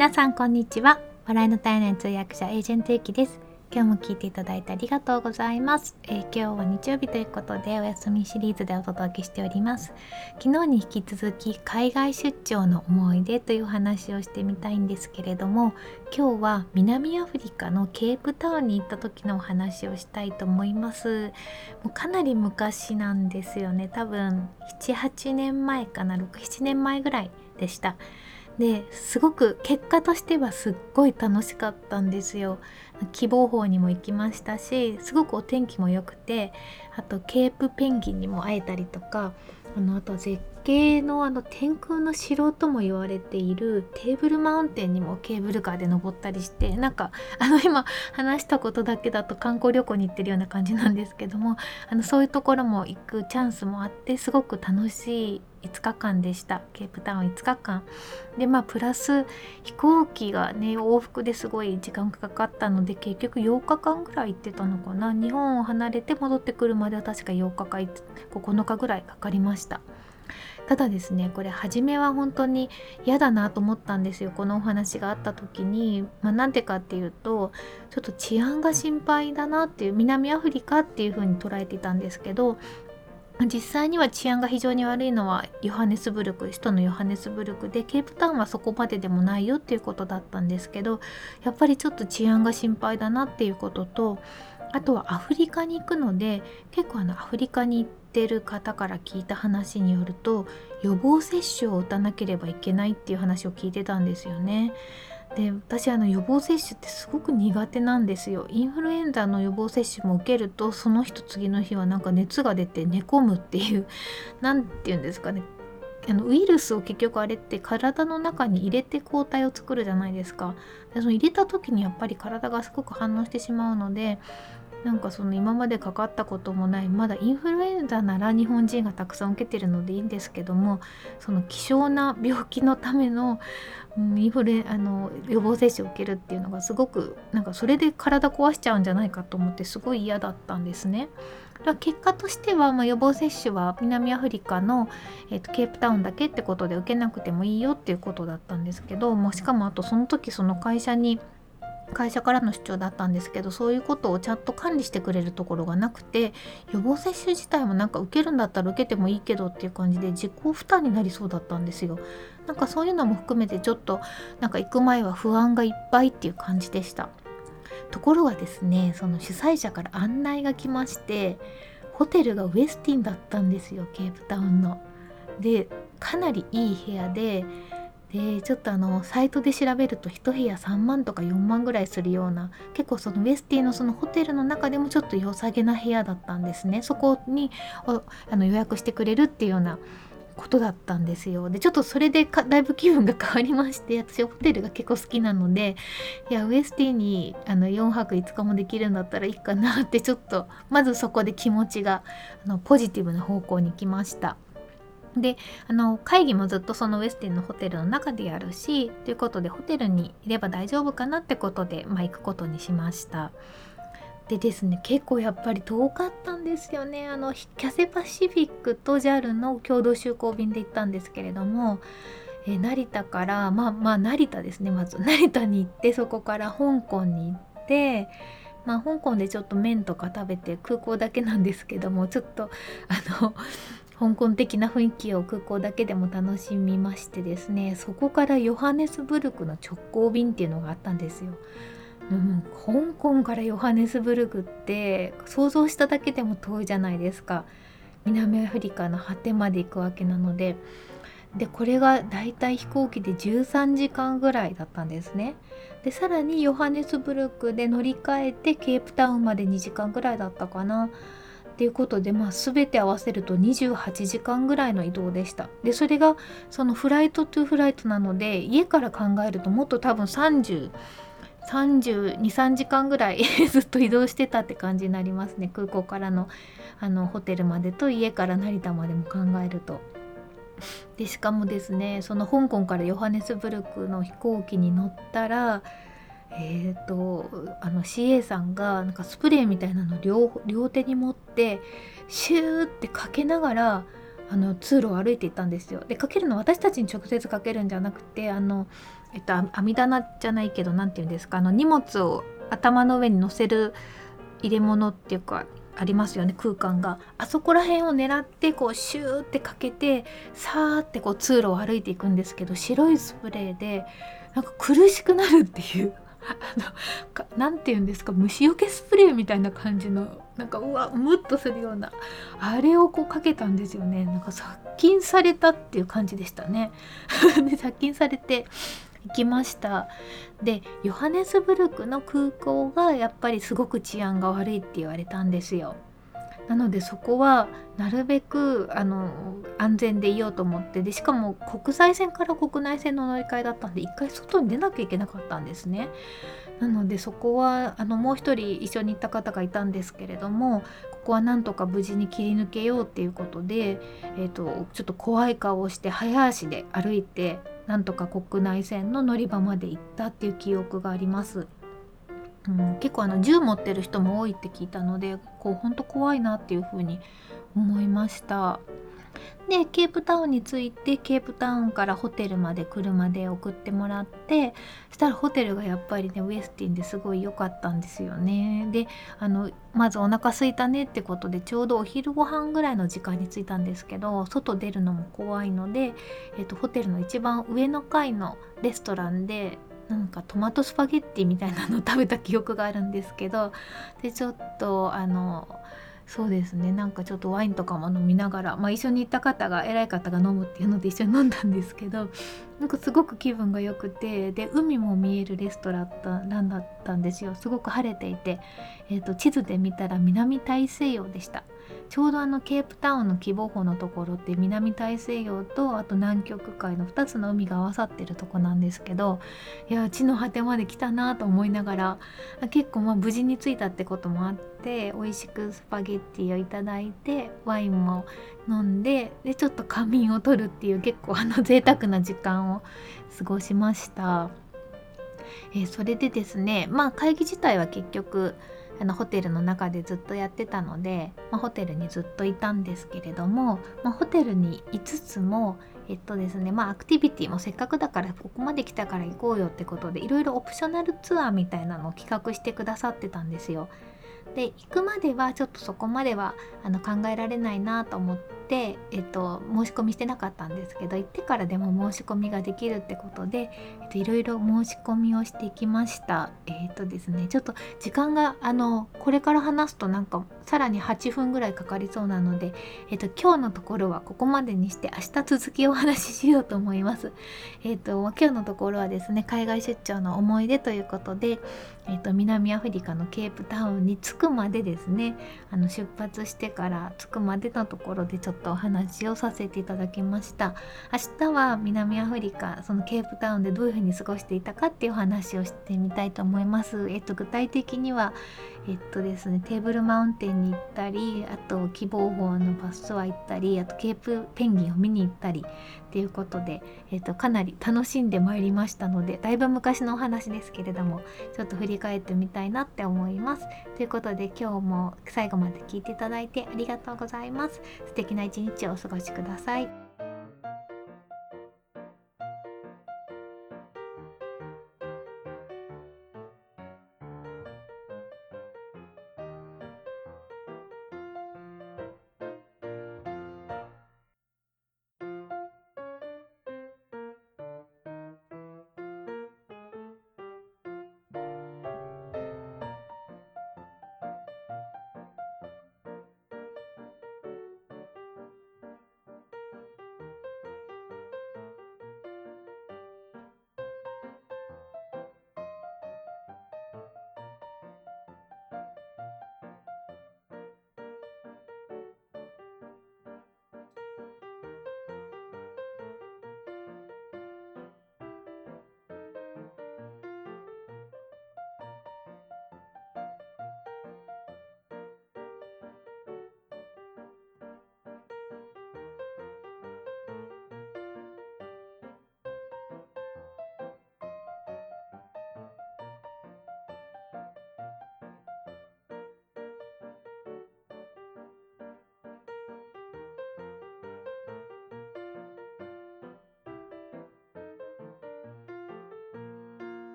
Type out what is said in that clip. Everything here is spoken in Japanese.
皆さんこんにちは。笑いの絶えない通訳者エージェントゆきです。今日も聞いていただいてありがとうございます。今日は日曜日ということでお休みシリーズでお届けしております。昨日に引き続き海外出張の思い出というお話をしてみたいんですけれども、今日は南アフリカのケープタウンに行った時のお話をしたいと思います。もうかなり昔なんですよね。多分 7,8 年前かな、6、7年前ぐらいでした。ですごく結果としてはすっごい楽しかったんですよ。希望峰にも行きましたし、すごくお天気も良くて、あとケープペンギンにも会えたりとか、あと絶景の天空の城とも言われているテーブルマウンテンにもケーブルカーで登ったりして、なんか今話したことだけだと観光旅行に行ってるような感じなんですけども、そういうところも行くチャンスもあって、すごく楽しい5日間でした。ケープタウン5日間で、プラス飛行機がね往復ですごい時間がかかったので、結局8日間ぐらい行ってたのかな。日本を離れて戻ってくるまでは確か8日か9日ぐらいかかりました。ただですね、これ初めは本当に嫌だなと思ったんですよ。このお話があった時に、なんでかっていうと、ちょっと治安が心配だなっていう、南アフリカっていう風に捉えていたんですけど、実際には治安が非常に悪いのはヨハネスブルク、首都のヨハネスブルクで、ケープタウンはそこまででもないよっていうことだったんですけど、やっぱりちょっと治安が心配だなっていうことと、あとはアフリカに行くので、結構アフリカに行ってる方から聞いた話によると、予防接種を打たなければいけないっていう話を聞いてたんですよね。で、私予防接種ってすごく苦手なんですよ。インフルエンザの予防接種も受けると、その日次の日はなんか熱が出て寝込むっていう、なんていうんですかね、ウイルスを結局あれって体の中に入れて抗体を作るじゃないですか。でその入れた時にやっぱり体がすごく反応してしまうので、なんか今までかかったこともない、まだインフルエンザなら日本人がたくさん受けてるのでいいんですけども、その希少な病気のための、インフル予防接種を受けるっていうのがすごく、なんかそれで体壊しちゃうんじゃないかと思って、すごい嫌だったんですね。結果としては、予防接種は南アフリカの、ケープタウンだけってことで受けなくてもいいよっていうことだったんですけど、しかもあとその時その会社からの出張だったんですけど、そういうことをちゃんと管理してくれるところがなくて、予防接種自体もなんか受けるんだったら受けてもいいけどっていう感じで自己負担になりそうだったんですよ。なんかそういうのも含めてちょっとなんか行く前は不安がいっぱいっていう感じでした。ところがですね、その主催者から案内が来まして、ホテルがウェスティンだったんですよ、ケープタウンの。で、かなりいい部屋で、ちょっとサイトで調べると1部屋3万とか4万ぐらいするような、結構そのウェスティのそのホテルの中でもちょっと良さげな部屋だったんですね。そこに予約してくれるっていうようなことだったんですよ。でちょっとそれでだいぶ気分が変わりまして、私ホテルが結構好きなので、いやウエスティに4泊5日もできるんだったらいいかなって、ちょっとまずそこで気持ちがポジティブな方向に来ました。で会議もずっとそのウェスティンのホテルの中でやるしということで、ホテルにいれば大丈夫かなってことで、行くことにしました。でですね、結構やっぱり遠かったんですよね。キャセパシフィックと JAL の共同就航便で行ったんですけれども、成田から成田ですね、まず成田に行って、そこから香港に行って、香港でちょっと麺とか食べて、空港だけなんですけども、ちょっと香港的な雰囲気を空港だけでも楽しみましてですね、そこからヨハネスブルクの直行便っていうのがあったんですよ。香港からヨハネスブルクって想像しただけでも遠いじゃないですか。南アフリカの果てまで行くわけなので、これがだいたい飛行機で13時間ぐらいだったんですね。でさらにヨハネスブルクで乗り換えてケープタウンまで2時間ぐらいだったかなっていうことで、全て合わせると28時間ぐらいの移動でした。でそれがそのフライトトゥフライトなので、家から考えるともっと多分32、3時間ぐらいずっと移動してたって感じになりますね。空港からのホテルまでと家から成田までも考えると。でしかもですね、その香港からヨハネスブルクの飛行機に乗ったら、CA さんがなんかスプレーみたいなのを両手に持ってシューってかけながら通路を歩いていったんですよ。でかけるの私たちに直接かけるんじゃなくて、 網棚じゃないけど、なんていうんですか、荷物を頭の上に乗せる入れ物っていうかありますよね、空間が。あそこら辺を狙ってこうシューってかけて、さーってこう通路を歩いていくんですけど、白いスプレーでなんか苦しくなるっていうなんていうんですか、虫除けスプレーみたいな感じの、なんかうわムッとするようなあれをこうかけたんですよね。なんか殺菌されたっていう感じでしたねで殺菌されて行きました。でヨハネスブルクの空港がやっぱりすごく治安が悪いって言われたんですよ。なのでそこはなるべく安全でいようと思って、でしかも国際線から国内線の乗り換えだったんで、一回外に出なきゃいけなかったんですね。なのでそこはもう一人一緒に行った方がいたんですけれども、ここはなんとか無事に切り抜けようっていうことで、ちょっと怖い顔をして早足で歩いて、なんとか国内線の乗り場まで行ったっていう記憶があります。結構銃持ってる人も多いって聞いたので、こう本当怖いなっていう風に思いました。でケープタウンに着いて、ケープタウンからホテルまで車で送ってもらって、そしたらホテルがやっぱりねウェスティンですごい良かったんですよね。でまずお腹空いたねってことで、ちょうどお昼ご飯ぐらいの時間に着いたんですけど、外出るのも怖いので、ホテルの一番上の階のレストランでなんかトマトスパゲッティみたいなのを食べた記憶があるんですけど、でちょっとそうですね、なんかちょっとワインとかも飲みながら、一緒に行った方が偉い方が飲むっていうので一緒に飲んだんですけど、なんかすごく気分が良くて、で海も見えるレストランだったんですよ。すごく晴れていて、地図で見たら南大西洋でした。ちょうどケープタウンの喜望峰のところって南大西洋とあと南極海の2つの海が合わさってるとこなんですけど、いや地の果てまで来たなと思いながら、結構無事に着いたってこともあって、美味しくスパゲッティをいただいて、ワインも飲んで、でちょっと仮眠を取るっていう結構贅沢な時間を過ごしました。それでですね、会議自体は結局ホテルの中でずっとやってたので、ホテルにずっといたんですけれども、ホテルにいつつもですね、アクティビティもせっかくだからここまで来たから行こうよってことで、いろいろオプショナルツアーみたいなのを企画してくださってたんですよ。で行くまではちょっとそこまでは考えられないなと思って、申し込みしてなかったんですけど、行ってからでも申し込みができるってことで、いろいろ申し込みをしてきました。ですね、ちょっと時間がこれから話すとなんかさらに8分ぐらいかかりそうなので、今日のところはここまでにして、明日続きをお話ししようと思います。今日のところはですね、海外出張の思い出ということで、南アフリカのケープタウンに着くまでですね、出発してから着くまでのところでちょっとお話をさせていただきました。明日は南アフリカ、そのケープタウンでどういうふうに過ごしていたかっていう話をしてみたいと思います。具体的にはですね、テーブルマウンテンに行ったり、あと喜望峰のバスツアー行ったり、あとケープペンギンを見に行ったりっていうことで、かなり楽しんでまいりましたので、だいぶ昔のお話ですけれども、ちょっと振り返ってみたいなって思います。ということで、今日も最後まで聞いていただいてありがとうございます。素敵な一日をお過ごしください。